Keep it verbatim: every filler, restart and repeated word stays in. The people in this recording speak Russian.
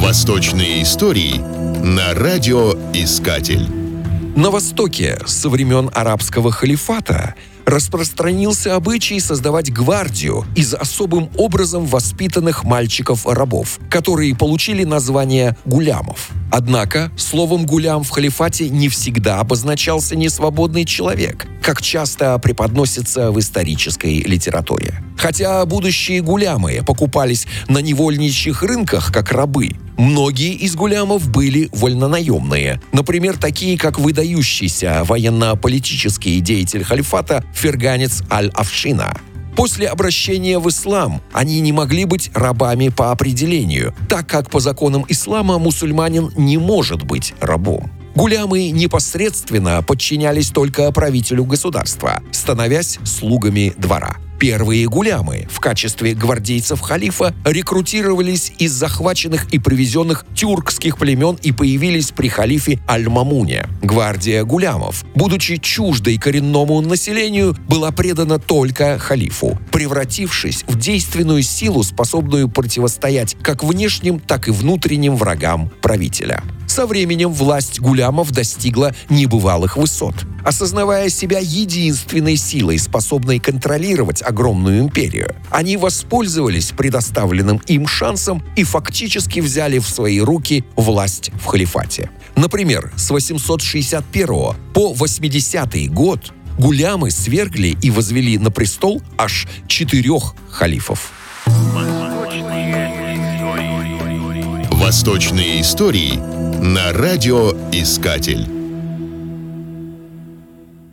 Восточные истории на радиоискатель. На Востоке со времен арабского халифата распространился обычай создавать гвардию из особым образом воспитанных мальчиков-рабов, которые получили название гулямов. Однако словом «гулям» в халифате не всегда обозначался несвободный человек, как часто преподносится в исторической литературе. Хотя будущие гулямы покупались на невольничьих рынках как рабы, многие из гулямов были вольнонаемные, например, такие как выдающийся военно-политический деятель халифата Ферганец аль-Афшина. После обращения в ислам они не могли быть рабами по определению, так как по законам ислама мусульманин не может быть рабом. Гулямы непосредственно подчинялись только правителю государства, становясь слугами двора. Первые гулямы в качестве гвардейцев халифа рекрутировались из захваченных и привезенных тюркских племен и появились при халифе Аль-Мамуне. Гвардия гулямов, будучи чуждой коренному населению, была предана только халифу, превратившись в действенную силу, способную противостоять как внешним, так и внутренним врагам правителя. Со временем власть гулямов достигла небывалых высот. Осознавая себя единственной силой, способной контролировать огромную империю, они воспользовались предоставленным им шансом и фактически взяли в свои руки власть в халифате. Например, с восемьсот шестьдесят первого по восьмидесятый год гулямы свергли и возвели на престол аж четырех халифов. Восточные истории на радиоискатель.